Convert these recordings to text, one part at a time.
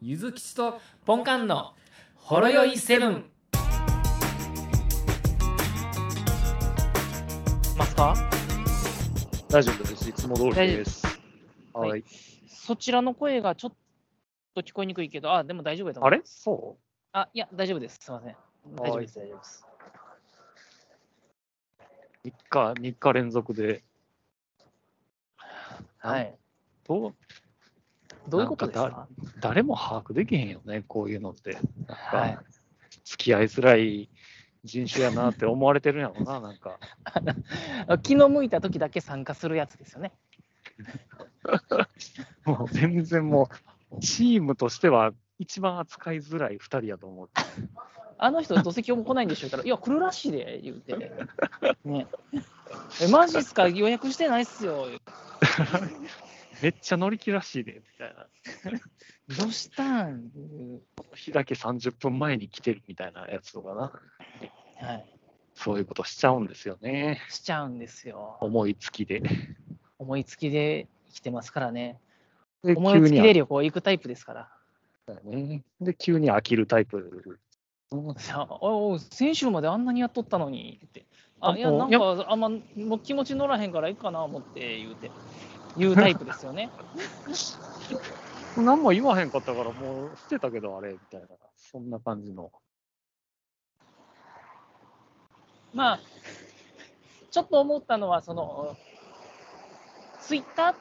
ゆずきちとポンカンのほろよいセブン。 ますか？ 大丈夫です。いつも通りです。 はいはい。 そちらの声がちょっと聞こえにくいけど、でも大丈夫だと思あれいます。 そいや、大丈夫です。すみません。大丈夫です、大丈夫です。 う ?3 日連続で。 はい。 どどういうことですか？ 誰も把握できへんよね、こういうのって。なんはいか、付き合いづらい人種やなって思われてるんやろな、なんか。 気の向いた時だけ参加するやつですよね。 もう全然もう、チームとしては一番扱いづらい2人やと思う。 あの人、どうせ今日も来ないんでしょうから、いや、来るらしいで、言うて。ね。マジっすか？予約してないっすよ。 めっちゃ乗り気らしいで、みたいな。 どうしたん？ この日だけ30分前に来てるみたいなやつとかな。 はい。 そういうことしちゃうんですよね。 しちゃうんですよ。 思いつきで。 思いつきで来てますからね。 で、 思いつきで旅行行くタイプですから。 で、急に飽きるタイプ。 先週まであんなにやっとったのにって。いや、なんかあんまもう気持ち乗らへんからいいかな思って言うタイプですよね。 何も言わへんかったから、もう捨てたけどあれみたいな、そんな感じの。 まあ、ちょっと思ったのは、ツイッターって、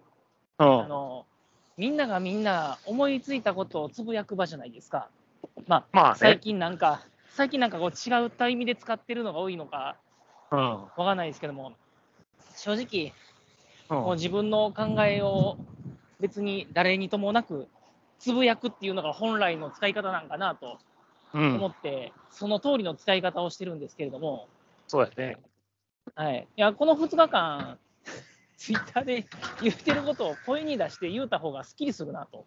みんながみんな思いついたことをつぶやく場じゃないですか。まあ、最近なんかこう違った意味で使ってるのが多いのか、わかんないですけども、正直、もう自分の考えを別に誰にともなくつぶやくっていうのが本来の使い方なんかなと思って、その通りの使い方をしてるんですけれども、 そうやね。 はい。いや、この2日間、ツイッターで言ってることを声に出して言うた方がスッキリするなと。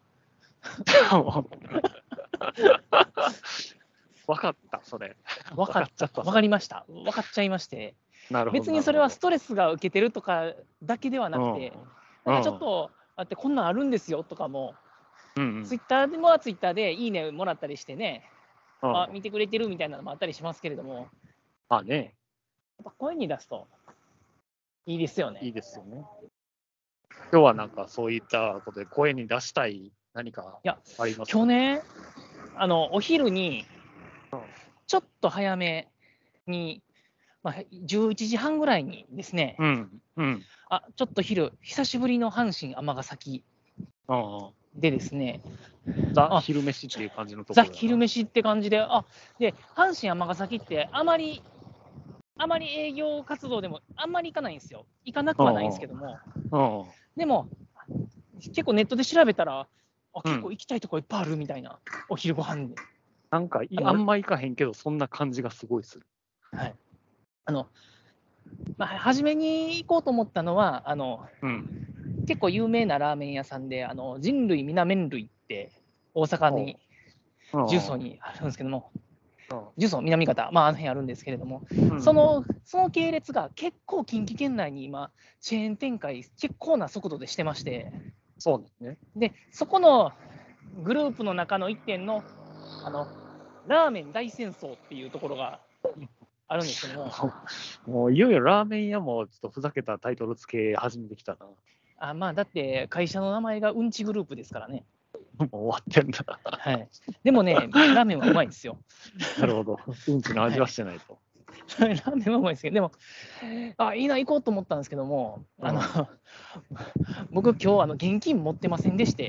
分かった、それ。 分かりました。分かっちゃいまして。 なるほど。 別にそれはストレスが受けてるとかだけではなくて、なんかちょっと、こんなんあるんですよとかも、ツイッターでもツイッターでいいねもらったりしてね、見てくれてるみたいなのもあったりしますけれども、 まあね。 やっぱ声に出すといいですよね。 いいですよね。今日はなんかそういったことで声に出したい何かありますか？ 今日ね、お昼にちょっと早めに、11時半ぐらいにですね、ちょっと昼、久しぶりの阪神尼崎でですね、 ザ・昼飯っていう感じのところ。 ザ・昼飯って感じで、で、阪神尼崎ってあまり営業活動でもあんまり行かないんですよ。行かなくはないんですけども、でも、結構ネットで調べたら、結構行きたいとこいっぱいあるみたいな、お昼ご飯で。 なんかあんま行かへんけど、そんな感じがすごいする。 はい。初めに行こうと思ったのは、結構有名なラーメン屋さんで、人類みな麺類って大阪に、重曹にあるんですけども、重曹南方、あの辺あるんですけれども、その系列が結構近畿圏内に今、チェーン展開、結構な速度でしてまして、 そうですね。 で、そこのグループの中の一点の、ラーメン大戦争っていうところがあるんですけども、 もういよいよラーメン屋もちょっとふざけたタイトル付け始めてきたな。 だって会社の名前がうんちグループですからね。 もう終わってんだ。 はい。でもね、ラーメンはうまいですよ。 なるほど。うんちの味はしてないと。 ラーメンはうまいですけど、でも、いいな、行こうと思ったんですけども、僕、今日現金持ってませんでして、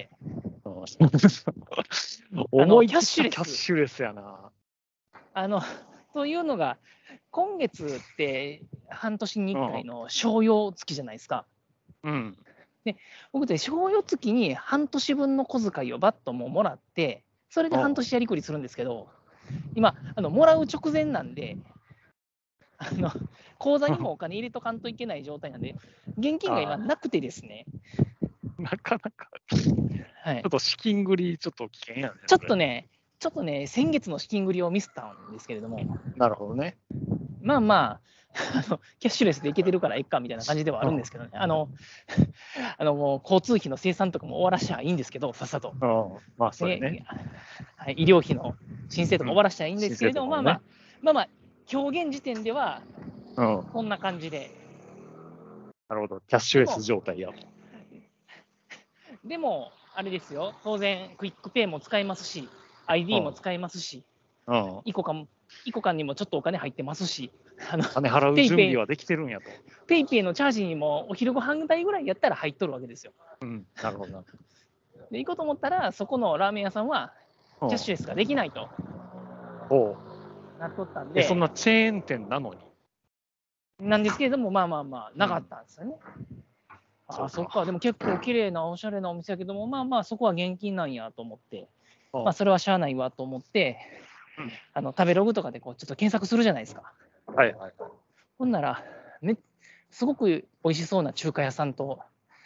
思い切ったキャッシュレスやな。 というのが、今月って半年に1回の商用月じゃないですか。で、僕で商用月に半年分の小遣いをバッともらって、それで半年やりくりするんですけど、今、もらう直前なんで、口座にもお金入れとかんといけない状態なんで、現金が今なくてですね。 なかなか、 はい、 ちょっと資金繰り、ちょっと危険やね。 ちょっとね、先月の資金繰りをミスったんですけれども。 なるほどね。 キャッシュレスでいけてるからいっかみたいな感じではあるんですけどね、もう交通費の生産とかも終わらしちゃいいんですけど、さっさと。 まあ、そうやね。 はい、医療費の申請とか終わらしちゃいいんですけれども、まあ、今日現時点では、こんな感じで。 なるほど、キャッシュレス状態や。 でも、あれですよ、当然、クイックペイも使えますし、ID も使えますし、イコカンにもちょっとお金入ってますし、 金払う準備はできてるんやと。 ペイペイのチャージにもお昼ご飯代ぐらいやったら入っとるわけですよ。 なるほどな。 で、行こうと思ったら、そこのラーメン屋さんは、キャッシュレスができないと。なっとったんで。 そんなチェーン店なのに。 なんですけれども、まあ、なかったんですよね。そっか、でも結構綺麗なおしゃれなお店やけども、まあ、そこは現金なんやと思って、それはしゃあないわと思って、食べログとかでちょっと検索するじゃないですか。ほんなら、すごく美味しそうな中華屋さんと、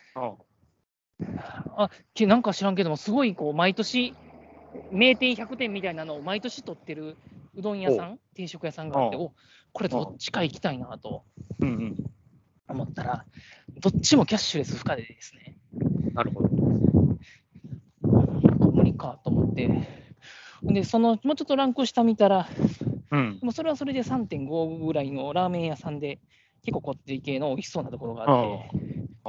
なんか知らんけども、すごい毎年、名店100店みたいなのを毎年取ってるうどん屋さん、定食屋さんがあって、これどっちか行きたいなと思ったら、どっちもキャッシュレス不可でですね。 なるほど。 無理かと思って、で、もうちょっとランク下見たら、でもそれはそれで 3.5 ぐらいのラーメン屋さんで、結構こってり系の美味しそうなところがあって、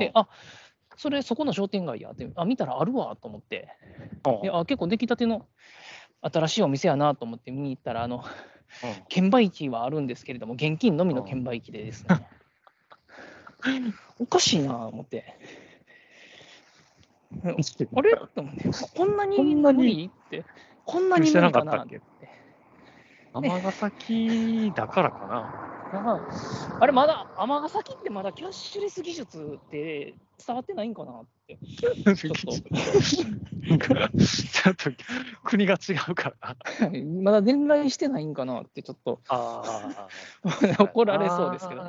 で、そこの商店街やって、見たらあるわと思って、結構出来たての新しいお店やなと思って見に行ったら、券売機はあるんですけれども、現金のみの券売機でですね、おかしいなと思って。あれと思って、こんなに無理って、こんなに無理かなって。 尼崎だからかな。 あれ、まだ、尼崎ってまだキャッシュレス技術って伝わってないんかなって。ちょっと国が違うから。 まだ伝来してないんかなって、ちょっと怒られそうですけど。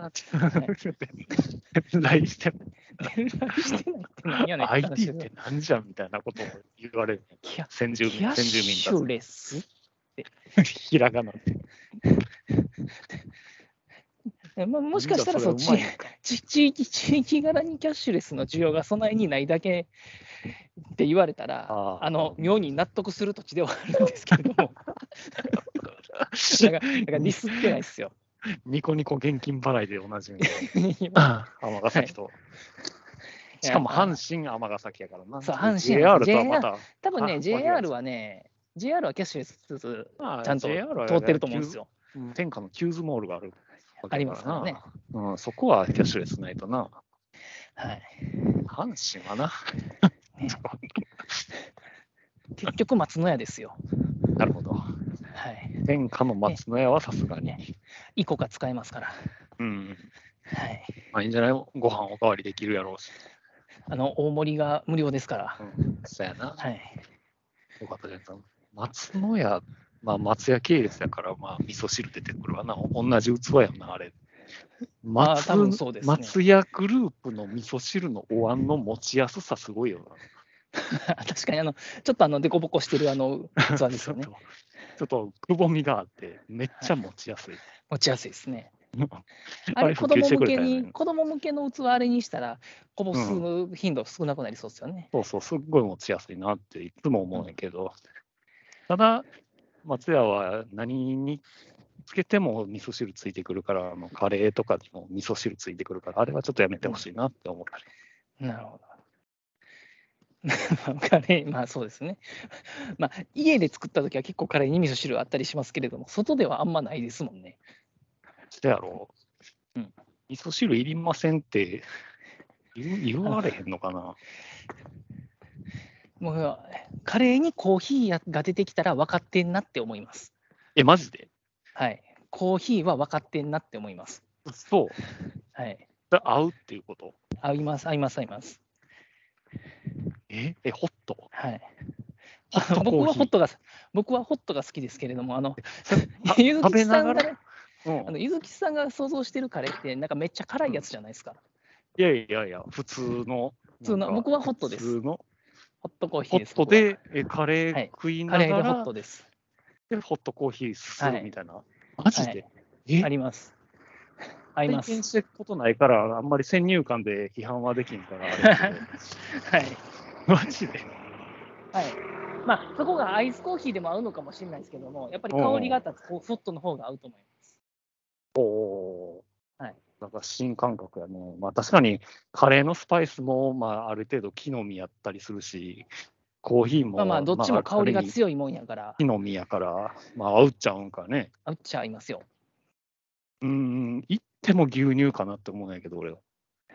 伝来してない。 伝来してないって何やねん。 IT って何じゃんみたいなことを言われる。先住民キャッシュレスって。 ひらがなで。 もしかしたら地域柄にキャッシュレスの需要がそんなにないだけって言われたら、妙に納得する土地ではあるんですけれども、だからディスってないですよ。 ニコニコ現金払いでおなじみの尼崎と。しかも阪神、尼崎やからな。 そう、阪神。 JR とはまた。 多分ね、JR はキャッシュレスちゃんと通ってると思うんですよ。 天下のキューズモールがある。 ありますからね。 そこはキャッシュレスないとな。 はい。 阪神はな。 結局、松野屋ですよ。 なるほど。 はい。 天下の松野屋はさすがに。 イコカ使えますから。 はい。いいんじゃない？ご飯おかわりできるやろうし。 大盛りが無料ですから。 そうやな。 はい。 よかったじゃん。松野屋、松屋系列やから、味噌汁出てくるわな。同じ器やな、あれ。 多分そうですね。 松屋グループの味噌汁のお椀の持ちやすさすごいよな。確かに、ちょっとデコボコしてる器ですよね。 ちょっとくぼみがあって、めっちゃ持ちやすい。 持ちやすいですね。あれ、子供向けの器あれにしたら、こぼす頻度少なくなりそうですよね。 そう、すっごい持ちやすいなっていつも思うんやけど、ただ、松屋は何につけても味噌汁ついてくるから、カレーとかにも味噌汁ついてくるから、あれはちょっとやめてほしいなって思ったり。なるほど。カレー、そうですね。家で作ったときは結構カレーに味噌汁あったりしますけれども、外ではあんまないですもんね。 そうやろう。味噌汁いりませんって言われへんのかな。 もうカレーにコーヒーが出てきたら分かってんなって思います。 マジで？ はい。コーヒーは分かってんなって思います。 そう。 はい。 合うっていうこと？ 合います。 ホット？ はい。僕はホットが好きですけれども、ゆずきさんがゆずきさんが想像してるカレーって、なんかめっちゃ辛いやつじゃないですか。 いや、普通の。 僕はホットです。 普通のホットコーヒーです。 ホットでカレー食いながら、 カレーでホットです。 で、ホットコーヒーするみたいな。マジで？ あります。 合います。 体験していくことないから、あんまり先入観で批判はできんから、あれだけはい。 ど、マジで。 はい。まあ、そこがアイスコーヒーでも合うのかもしれないですけども、やっぱり香りが立つホットの方が合うと思います。 おー。 はい。 なんか新感覚やね。まあ確かにカレーのスパイスも、まあある程度木の実やったりするし、コーヒーも、 まあ、どっちも香りがある意味強いもんやから、 木の実やから、まあ合うっちゃうんかね。 合っちゃいますよ。 言っても牛乳かなって思うんやけど、俺は。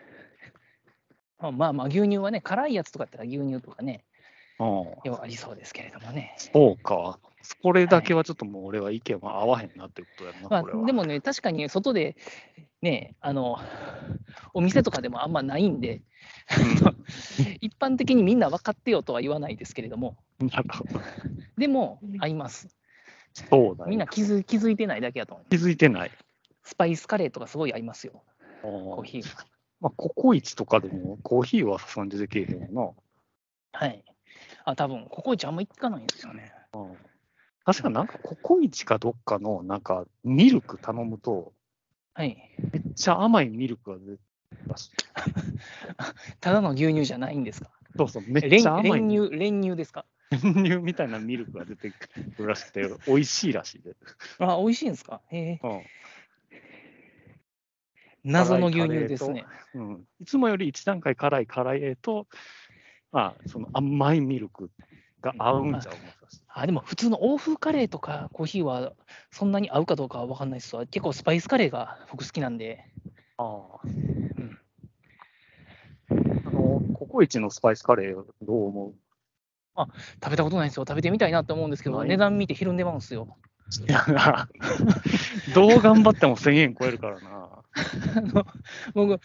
まあ、牛乳はね、辛いやつとかやったら牛乳とかね、 うん。 ありそうですけれどもね。 そうか。これだけはちょっともう俺は意見は合わへんなってことやな、 まあ、 これは。 でもね、確かに外でね、お店とかでもあんまないんで、一般的にみんな分かってよとは言わないですけれども、 なるほど。 でも合います。 そうだよ。 みんな気づいてないだけだと思う。 気づいてない。 スパイスカレーとかすごい合いますよ、 ココーヒーは。 まあ、ココイチとかでもコーヒーはさすがに出てけえへんよな。 はい。多分ココイチあんま行かないんですよね。 確かなんかココイチかどっかのなんかミルク頼むと、 はい。 めっちゃ甘いミルクが出てるらしい。 ただの牛乳じゃないんですか。 そうそう、めっちゃ甘い。 練乳ですか。 練乳みたいなミルクが出てくるらしくて、美味しいらしいで。 美味しいんですか。 うん謎の牛乳ですね。 いつもより一段階辛いカレーと、まあ、その甘いミルクが合うんちゃうでも普通の欧風カレーとかコーヒーはそんなに合うかどうかは分かんないですわ。結構スパイスカレーが僕好きなんで。 ココイチのスパイスカレーどう思う？ 食べたことないんですよ。食べてみたいなと思うんですけど、値段見てひるんでまうんですよ。 いやな、どう頑張っても1000円超えるからな。 僕、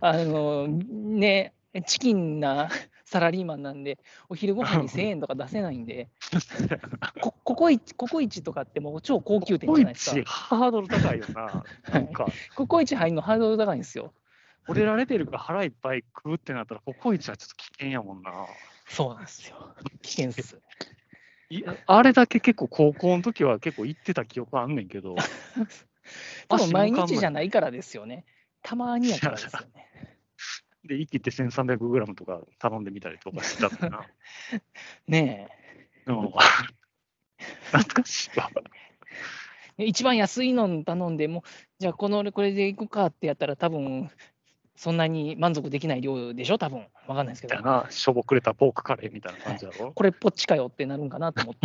チキンなサラリーマンなんで、お昼ご飯に1000円とか出せないんで、ココイチとかってもう超高級店じゃないですか。 ココイチハードル高いよな。なんか、 ココイチ入るのハードル高いんですよ。 俺らレベルが腹いっぱい食うってなったら、ココイチはちょっと危険やもんな。 そうなんですよ。危険っす。 あれだけ結構高校の時は結構行ってた記憶あんねんけど。 多分毎日じゃないからですよね。たまにやからですよね。 で、生きて 1300g とか頼んでみたりとかしてたもんな。 ねえ。懐かしいわ。 一番安いの頼んでも、じゃあこれでいくかってやったら多分、そんなに満足できない量でしょ多分。わかんないですけど。 しょぼくれたポークカレーみたいな感じだろ、 これっぽっちかよってなるんかなと思って。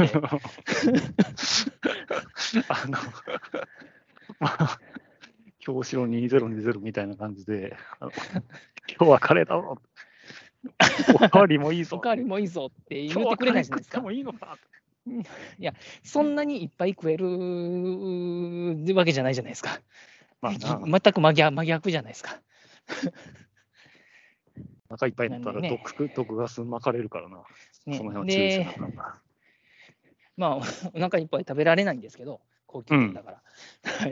京城2020みたいな感じで、今日はカレーだろ。おかわりもいいぞ。 おかわりもいいぞって言ってくれないじゃないですか。 もいいのか。 いや、そんなにいっぱい食えるわけじゃないじゃないですか。全く真逆じゃないですか。 お腹いっぱいになったら毒ガス巻かれるからな。その辺は注意しながら。 まあ、お腹いっぱい食べられないんですけど、高級店だから。はい。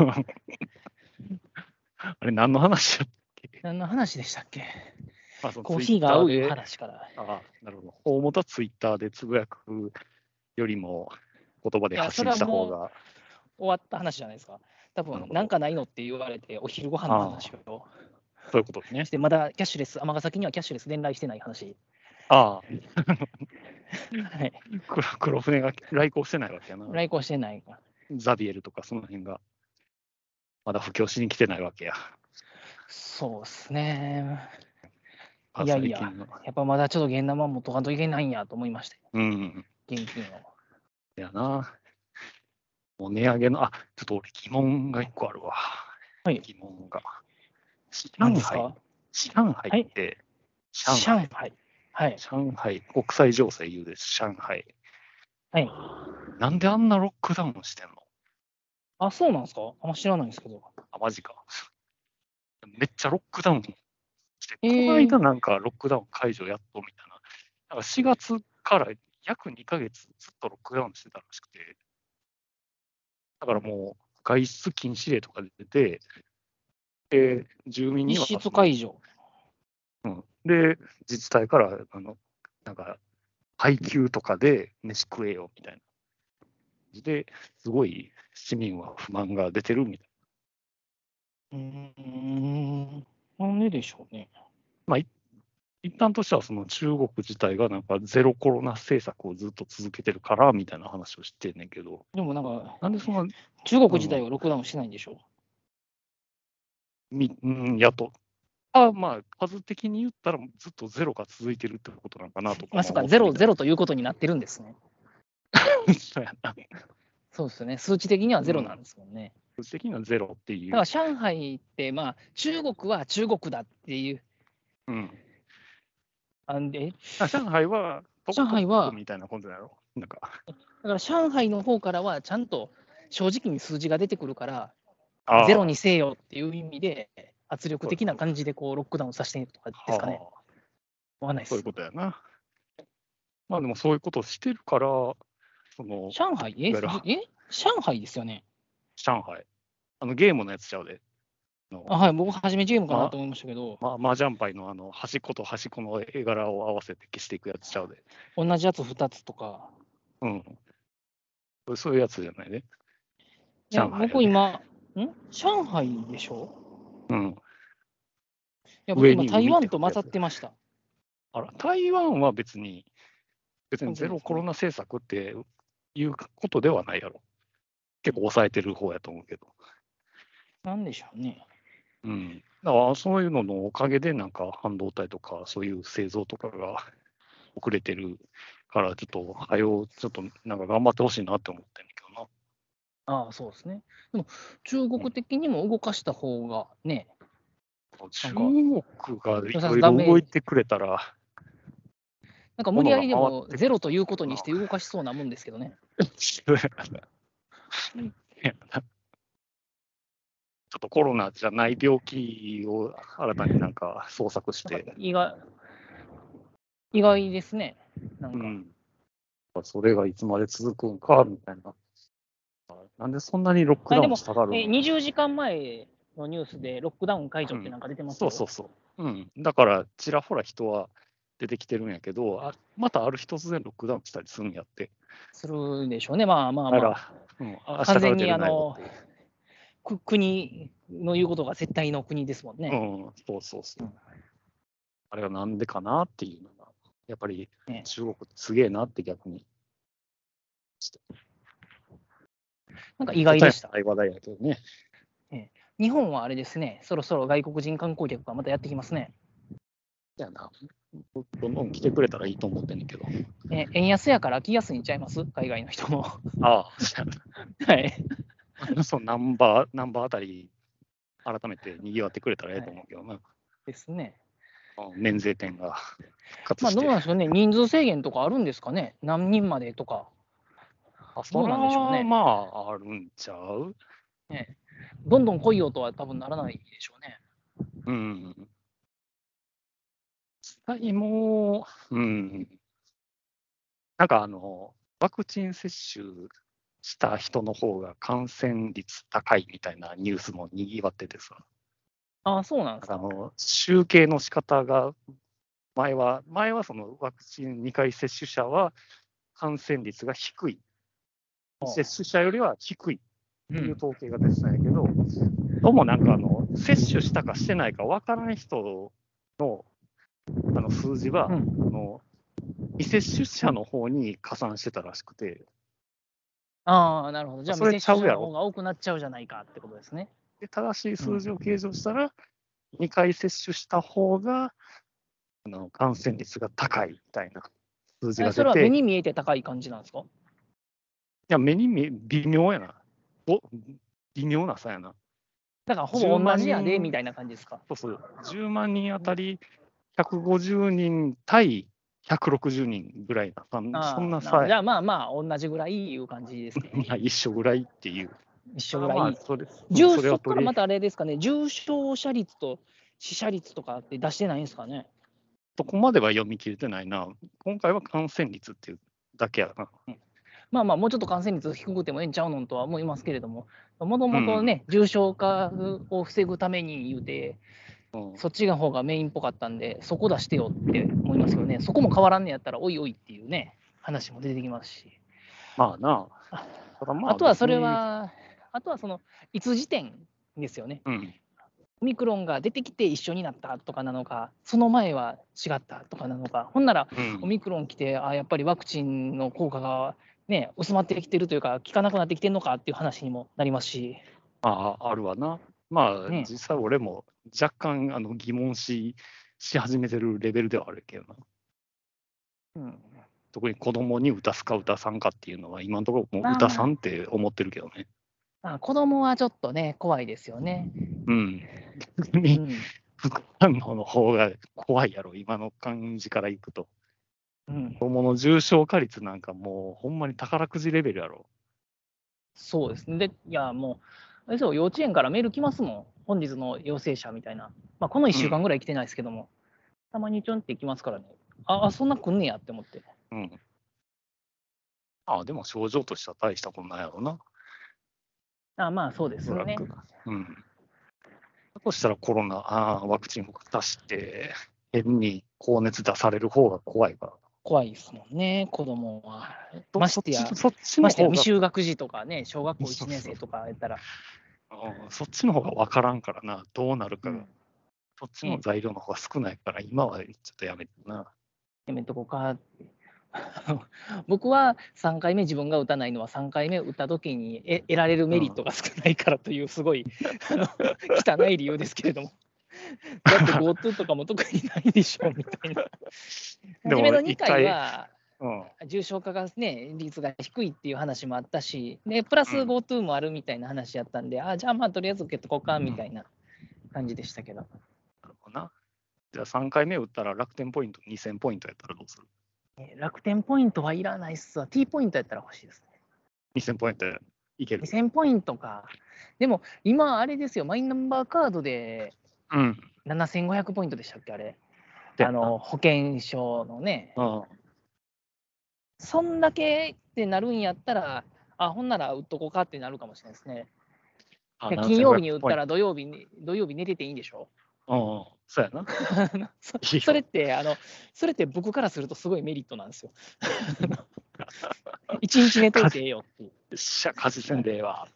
あれ、何の話だっけ？ 何の話でしたっけ？ コーヒーが合ういう話から。 なるほど。大元はツイッターでつぶやくよりも言葉で発信した方が。 終わった話じゃないですか。多分、なんかないのって言われて、お昼ご飯の話を。 そういうことね。 して、まだキャッシュレス、尼崎にはキャッシュレス伝来してない話。 はい。 はい。 黒船が来航してないわけやな。 来航してない。 ザビエルとかその辺が、まだ布教しに来てないわけや。 そうですね。いや、やっぱまだちょっと現玉持っとかんといけないんやと思いまして。現金を。 いやな。もう値上げの、ちょっと俺疑問が一個あるわ。 はい。 疑問が。上海って、 上海。はい。 上海、国際情勢言うです、上海。 はい。 なんであんなロックダウンしてんの？ そうなんですか？知らないんですけど。 マジか。めっちゃロックダウンして、この間なんかロックダウン解除やっとみたいな。なんか4月から約2ヶ月ずっとロックダウンしてたらしくて。だからもう外出禁止令とか出てて、住民には。 実質解除。 で、自治体からなんか配給とかで飯食えよみたいな。ですごい市民は不満が出てるみたいなんででしょうね。 まあ、一旦としては、その中国自体がなんかゼロコロナ政策をずっと続けてるからみたいな話をしてんねんけど、 でもなんか、 なんでその、 中国自体はロックダウンしてないんでしょやと、まあ、数的に言ったらずっとゼロが続いてるってことなのかなとか。 まあ、そうか、ゼロということになってるんですね。 そうやな。 そうですよね。数値的にはゼロなんですもんね。 数字的にはゼロっていう。 だから上海って、まあ、中国は中国だっていう。上海は、 みたいなことだろ。なんか。 だから上海の方からはちゃんと正直に数字が出てくるから、ゼロにせよっていう意味で、圧力的な感じでこうロックダウンさせているとかですかね。わかんないです。 そういうことやな。まあでもそういうことをしてるから、 上海上海ですよね。 上海。ゲームのやつちゃうで。 はい、僕、初めゲームかなと思いましたけど。 マージャンパイの端っこと端っこの絵柄を合わせて消していくやつちゃうで。 同じやつ2つとか。 そういうやつじゃないね。 いや、僕今、上海でしょいや、僕今、台湾と混ざってました。 台湾は別にゼロコロナ政策っていうことではないやろ。結構抑えてる方やと思うけど。 なんでしょうね。 だからそういうののおかげで、なんか半導体とかそういう製造とかが遅れてるから、ちょっとなんか頑張ってほしいなって思ってるんだけどな。そうですね。でも、中国的にも動かした方がね。 中国がいろいろ動いてくれたら。 なんか無理やりでもゼロということにして動かしそうなもんですけどね。ちょっとコロナじゃない病気を新たになんか創作して。 意外ですね。なんか。それがいつまで続くんかみたいな。なんでそんなにロックダウンしたがるの ？20時間前のニュースでロックダウン解除ってなんか出てますよ。 そう。だからちらほら人は出てきてるんやけど、またある日突然ロックダウンしたりするんやって。 するでしょうね。まあ。完全に国の言うことが絶対の国ですもんね。 そう。あれはなんでかなっていうのが、やっぱり中国ってすげえなって逆に。 なんか意外でした。 話題やけどね。 日本はあれですね、そろそろ外国人観光客がまたやってきますね。 どんどん来てくれたらいいと思ってんねんけど。 円安やから来やすいんちゃいます？海外の人も。 はい。 そうナンバーあたり、改めて賑わってくれたらいいと思うけどな。 ですね。 免税店がどうなんでしょうね、人数制限とかあるんですかね、何人までとか。 どうなんでしょうね。まあ、あるんちゃう？ どんどん来いよとは多分ならないでしょうね。 実際もなんかワクチン接種した人の方が感染率高いみたいなニュースもにぎわっててさ。 そうなんですか。 集計の仕方が、前はそのワクチン2回接種者は感染率が低い。接種者よりは低いという統計が出てたんやけど、どうもなんか接種したかしてないか分からない人の数字は、未接種者の方に加算してたらしくて。 なるほど。じゃあ、未接種者の方が多くなっちゃうじゃないかってことですね。 で正しい数字を計上したら、2回接種した方が感染率が高いみたいな数字が出て。 それは目に見えて高い感じなんですか？ いや、微妙やな。微妙な差やな。 だからほぼ同じやでみたいな感じですか？ そう。10万人あたり150人対160人ぐらいな、そんな差や。 じゃあまあ同じぐらいいう感じですね。 一緒ぐらいっていう。 一緒ぐらい。そこからまたあれですかね、重症者率と死者率とかって出してないんですかね。 そこまでは読み切れてないな。今回は感染率っていうだけやな。 もうちょっと感染率低くてもええんちゃうのとは思いますけれども、もともとね、重症化を防ぐために言うて、そっちが方がメインっぽかったんで、そこ出してよって思いますけどね、そこも変わらんねやったら、おいおいっていうね、話も出てきますし。 あとはその、いつ時点ですよね。 オミクロンが出てきて一緒になったとかなのか、その前は違ったとかなのか、ほんならオミクロン来て、やっぱりワクチンの効果が、ね、薄まってきてるというか、効かなくなってきてるのかっていう話にもなりますし。 あるわな。まあ、 ね、 実際俺も若干疑問し始めてるレベルではあるけどな。特に子供に打たすか打たさんかっていうのは、今のところもう打たさんって思ってるけどね。 子供はちょっとね、怖いですよね。 逆に副反応の方が怖いやろ、今の感じからいくと。子供の重症化率なんかもう、ほんまに宝くじレベルやろ。 そうですね。で、いや、もう、あれですよ、幼稚園からメール来ますもん。本日の陽性者みたいな。この1週間ぐらい来てないですけども、たまにちょんって来ますからね。そんな来んねやって思って。 でも症状としては大したことないやろな。 まあそうですね。 だとしたらコロナ、ワクチンを出して、変に高熱出される方が怖いから。 怖いですもんね、子供は。 ましてや未就学児とかね、小学校1年生とかやったら。 そっちの方が分からんからな、どうなるかが。そっちの材料の方が少ないから、今はちょっとやめてな。 やめとこうか。僕は3回目自分が打たないのは3回目打った時に得られるメリットが少ないからというすごい汚い理由ですけれども。だって GoTo とかも特にないでしょみたいな。初めの2回は重症化がね、率が低いっていう話もあったし、でプラス GoTo もあるみたいな話やったんで、じゃあまあとりあえず受けとこうかみたいな感じでしたけど。 なるほどな。じゃあ3回目打ったら楽天ポイント2000ポイントやったらどうする？ 楽天ポイントはいらないっすわ。T ポイントやったら欲しいですね。 2000ポイントいける？ 2000ポイントか。でも今あれですよ、マイナンバーカードで7500ポイントでしたっけ、あれ。保険証のね。そんだけってなるんやったら、ほんなら打っとこうかってなるかもしれないですね。金曜日に打ったら土曜日寝てていいんでしょ？ そうやな。 それって僕からするとすごいメリットなんですよ。一日寝といてええよっていう。 家事せんでええわ。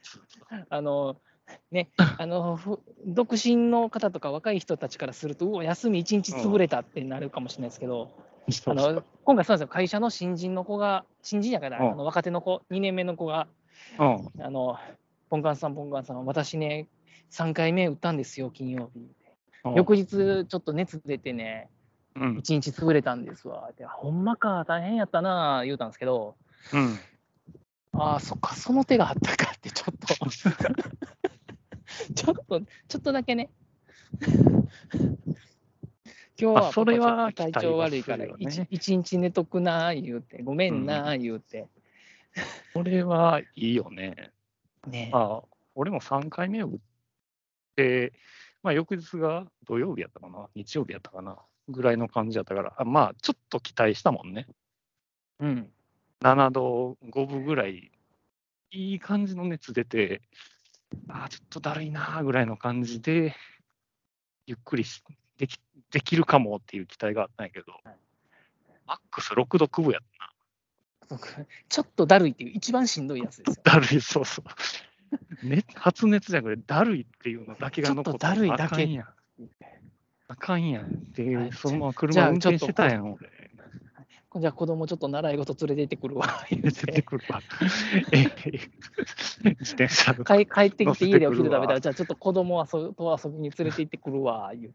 独身の方とか若い人たちからすると、休み一日潰れたってなるかもしれないですけど、今回そうなんですよ、会社の新人の子が、新人やから、若手の子、2年目の子が、ポンカンさん、私ね、3回目打ったんですよ、金曜日。翌日、ちょっと熱出てね、1日潰れたんですわ。ほんまか、大変やったな、言うたんですけど、そっか、その手があったかって、ちょっとだけね、今日はそれは体調悪いから一日寝とくな言うて、ごめんな言うて。 それはいいよね。俺も3回目を打って、翌日が土曜日やったかな、日曜日やったかな、ぐらいの感じやったから、ちょっと期待したもんね。7度5分ぐらい、いい感じの熱出て、ちょっとだるいなぐらいの感じで、ゆっくりできるかもっていう期待があったんやけど、マックス6度9分やったな。 ちょっとだるいっていう一番しんどいやつですよ。 だるい、そうそう。発熱じゃなくて、だるいっていうのだけが残って、 だるいだけ。 あかんやんっていう、そのまま車運転してたやん、俺。 じゃあ子供ちょっと習い事連れて行ってくるわ。 連れてってくるわ。自転車帰ってきて家でお昼食べたら、じゃあちょっと子供と遊びに連れて行ってくるわ、言って。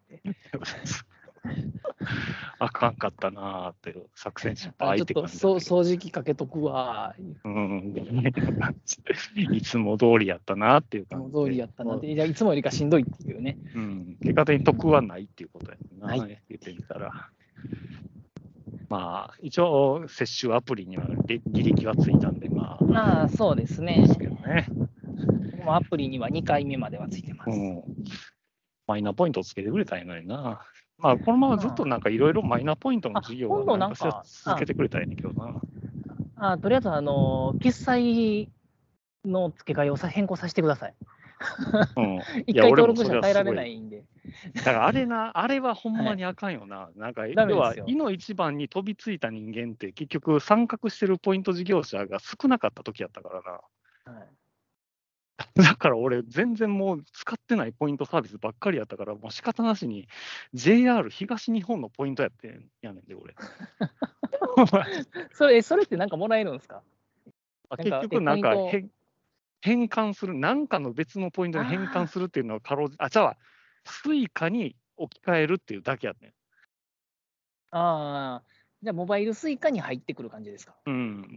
あかんかったなーって、作戦失敗って感じ。 ちょっと掃除機かけとくわ。 いつも通りやったなっていう感じ。 いつも通りやったなって、いつもよりかしんどいっていうね。 結果的に得はないっていうことやな、 言ってみたら。一応、接種アプリには履歴はついたんで、 そうですね。 ですけどね。 アプリには2回目まではついてます。 マイナポイントをつけてくれたんやのにな。このままずっといろいろマイナポイントの事業を続けてくれたんやねんけどな。 とりあえず、決済の付け替えを変更させてください。一回登録者変えられないんで。 だからあれはほんまにあかんよな。要は、いの一番に飛びついた人間って、結局、参画してるポイント事業者が少なかった時やったからな。だっだから俺、全然もう使ってないポイントサービスばっかりやったから、もう仕方なしに JR 東日本のポイントやってんやねんで、俺。 それってなんかもらえるんですか？ 結局、なんかポイント変換する、なんかの別のポイントに変換するっていうのはかろうじじゃあ、スイカに置き換えるっていうだけやねん。 じゃあモバイルスイカに入ってくる感じですか？ うん、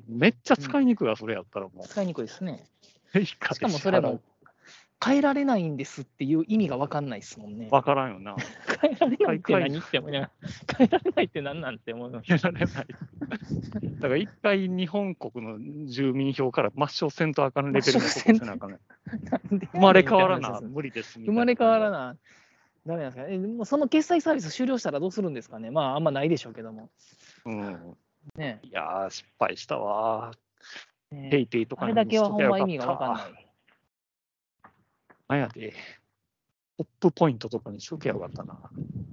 めっちゃ使いにくいわ、それやったらもう。 使いにくいですね。 ししかもそれも変えられないんですっていう意味が分かんないですもんね。 分からんよな。 変えられないって何って思いながら、変えられないって何なんて思うの。 変えられない。だから一回日本国の住民票から抹消せんとあかんレベルのことせなあかんね。生まれ変わらな、無理ですみたいな。 生まれ変わらな、ダメなんですかね。もうその決済サービス終了したらどうするんですかね。まあ、あんまないでしょうけども。ね、 いやー、失敗したわ。 ね、 ペイペイとかあれだけはほんま意味が分かんない。 なんやで、トップポイントとかにしとけばよかったな。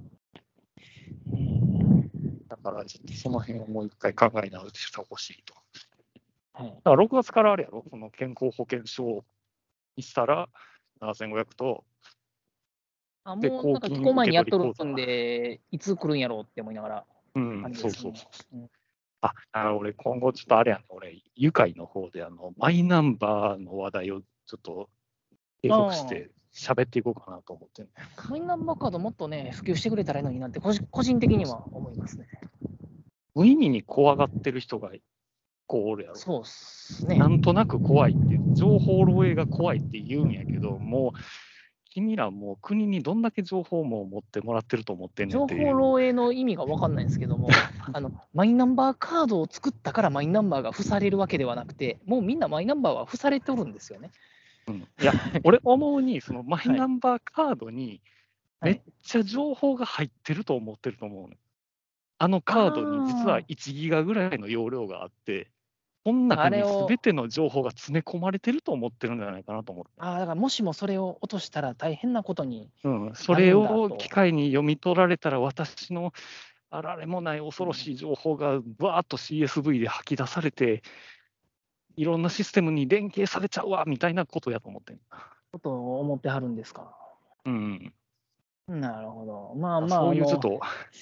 だから、ちょっとその辺をもう一回考え直してほしいと。だから6月からあれやろ、その健康保険証にしたら7500と、 もうなんか結構前にやっとるんで、いつ来るんやろうって思いながら。 そうそう。俺、今後ちょっとあれやん、俺、愉快の方でマイナンバーの話題をちょっと継続して喋っていこうかなと思ってね。 マイナンバーカードもっとね、普及してくれたらいいのになって、個人的には思いますね。 無意味に怖がってる人がこうおるやろ。 そうっすね。 なんとなく怖いっていう、情報漏洩が怖いって言うんやけど、もう、君らもう国にどんだけ情報も持ってもらってると思ってんねんっていう。 情報漏洩の意味が分かんないんですけども、マイナンバーカードを作ったからマイナンバーが付されるわけではなくて、もうみんなマイナンバーは付されておるんですよね。 いや、俺思うに、そのマイナンバーカードにめっちゃ情報が入ってると思ってると思うね。あのカードに実は1ギガぐらいの容量があって、この中に全ての情報が詰め込まれてると思ってるんじゃないかなと思って。 だからもしもそれを落としたら大変なことに。 それを機械に読み取られたら、私のあられもない恐ろしい情報がバーッと CSV で吐き出されて、いろんなシステムに連携されちゃうわみたいなことやと思ってん。 ことを思ってはるんですか。なるほど。まあそういうちょっと。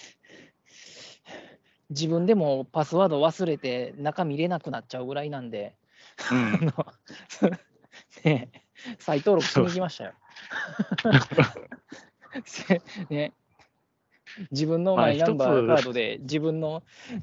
自分でもパスワード忘れて中見れなくなっちゃうぐらいなんで、ね、再登録しに行きましたよ。ね、自分のマイナンバーカードで自分の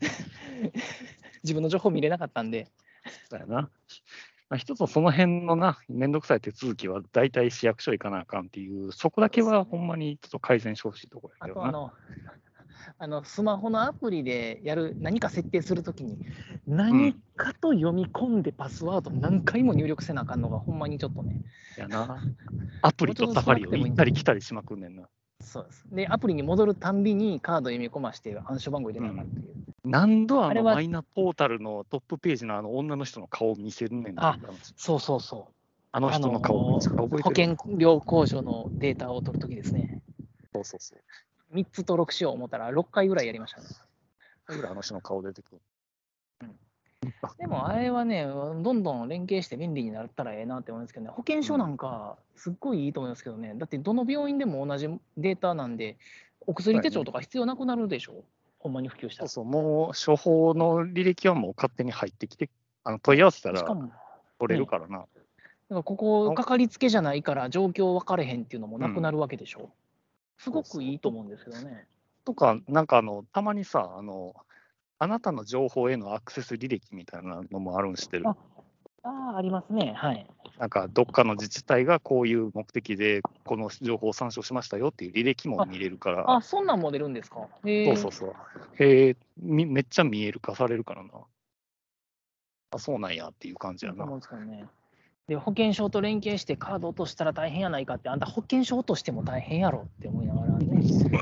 情報見れなかったんで。 そうやな。一つその辺のめんどくさい手続きは大体市役所行かなあかんっていう、そこだけはほんまにちょっと改善してほしいところやけどな。 あとスマホのアプリで何か設定するときに、何かと読み込んでパスワード何回も入力せなあかんのが、ほんまにちょっとね。 やな。アプリとサファリを行ったり来たりしまくんねんな。 そうです。で、アプリに戻るたんびにカード読み込まして、暗証番号入れなあかんっていう。 何度マイナポータルのトップページの女の人の顔を見せるねんな。 そうそうそう。 あの人の顔を覚えてる。 保険料控除のデータを取るときですね。 そうそうそう。 3つ登録しよう思ったら6回ぐらいやりましたね。 あの人の顔出てくる。 でもあれはね、どんどん連携して便利になったらええなって思うんですけどね、保険証なんかすっごいいいと思いますけどね、だってどの病院でも同じデータなんで、お薬手帳とか必要なくなるでしょ、ほんまに普及したら。 そう、もう処方の履歴はもう勝手に入ってきて、問い合わせたら取れるからな。 だからここ、かかりつけじゃないから状況分かれへんっていうのもなくなるわけでしょ。すごくいいと思うんですけどね。 とか、なんかたまにさ、あなたの情報へのアクセス履歴みたいなのもあるんしてる。 ありますね。はい。 なんかどっかの自治体がこういう目的でこの情報を参照しましたよっていう履歴も見れるから。 そんなんも出るんですか。 そう。めっちゃ見える化されるからな。そうなんやっていう感じやな。 で、保険証と連携してカード落としたら大変やないかって、あんた保険証落としても大変やろって思いながらね。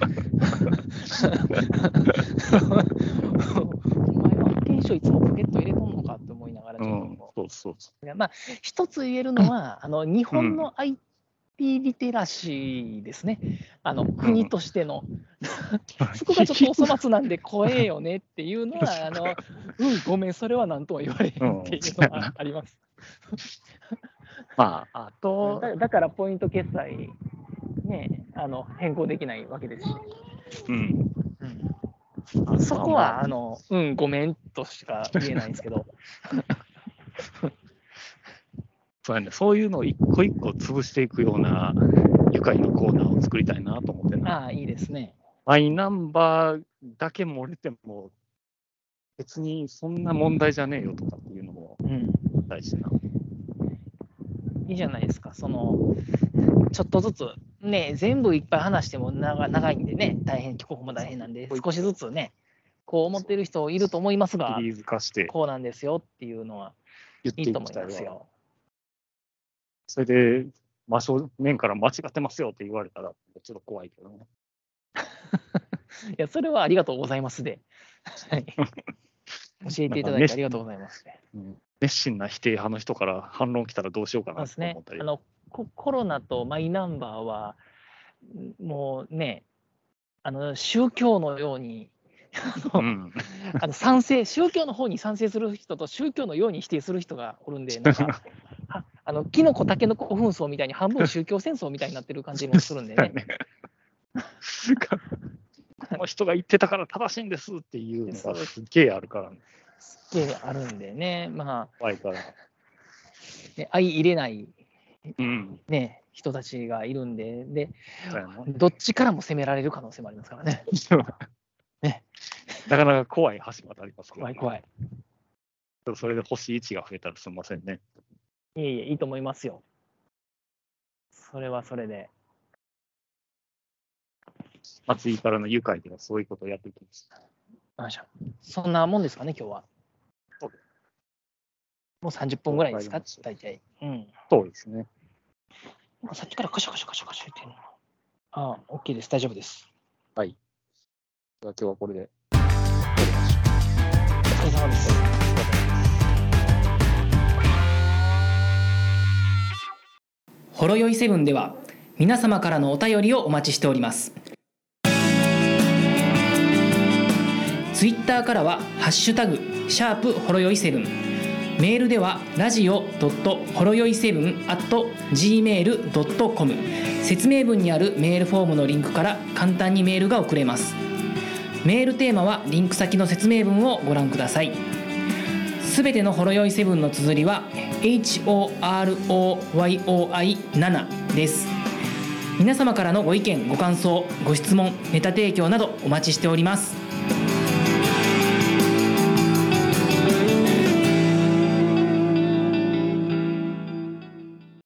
お前は保険証いつもポケット入れとんのかって思いながらちょっと。そう。まあ、一つ言えるのは、日本の IT リテラシーですね。国としての。そこがちょっとお粗末なんで怖えよねっていうのは、ごめん、それは何とも言われへんっていうのはあります。 まあ、あと、 だからポイント決済、ね、変更できないわけですし、そこは、ごめんとしか言えないんですけど。 そうやね、そういうのを一個一個潰していくような愉快のコーナーを作りたいなと思ってね。 ああ、いいですね。 マイナンバーだけ漏れても、別にそんな問題じゃねえよとかっていうのも大事な。 いいじゃないですか。ちょっとずつ、ね、全部いっぱい話しても長いんでね、帰国も大変なんで、少しずつね、こう思ってる人いると思いますが、 シリーズ化してこうなんですよっていうのはいいと思いますよ。 それで、真正面から間違ってますよって言われたら、ちょっと怖いけどね。 いや、それはありがとうございますで。はい、教えていただいてありがとうございますね。 熱心な否定派の人から反論来たらどうしようかなと思ったり。 コロナとマイナンバーは、もうね、宗教のように、宗教の方に賛成する人と宗教のように否定する人がおるんで、なんかキノコタケノコ紛争みたいに半分宗教戦争みたいになってる感じもするんでね。 この人が言ってたから正しいんですっていうのがすっげえあるからね。 すっげえあるんでね、まあ、 怖いから相入れない、ね、人たちがいるんで、どっちからも攻められる可能性もありますからね。 ね、なかなか怖い橋渡りますけど、 怖い。 それで星1が増えたらすみませんね。 いいと思いますよ。それはそれで。 松井からの愉快ではそういうことをやっていきました。 そんなもんですかね、今日は。もう30分ぐらいですか、大体。 そうですね。 さっきからカシャカシャカシャカシャ言ってるの。ああ、OK です。大丈夫です。 はい。では今日はこれで。 お疲れ様です。 ほろよい7では皆様からのお便りをお待ちしております。ツイッターからはハッシュタグ#ほろよい7、メールではradio.horoyoi7@gmail.com、 説明文にあるメールフォームのリンクから簡単にメールが送れます。メールテーマはリンク先の説明文をご覧ください。すべてのほろよい7の綴りは HOROYOI7 です。皆様からのご意見、ご感想、ご質問、ネタ提供などお待ちしております。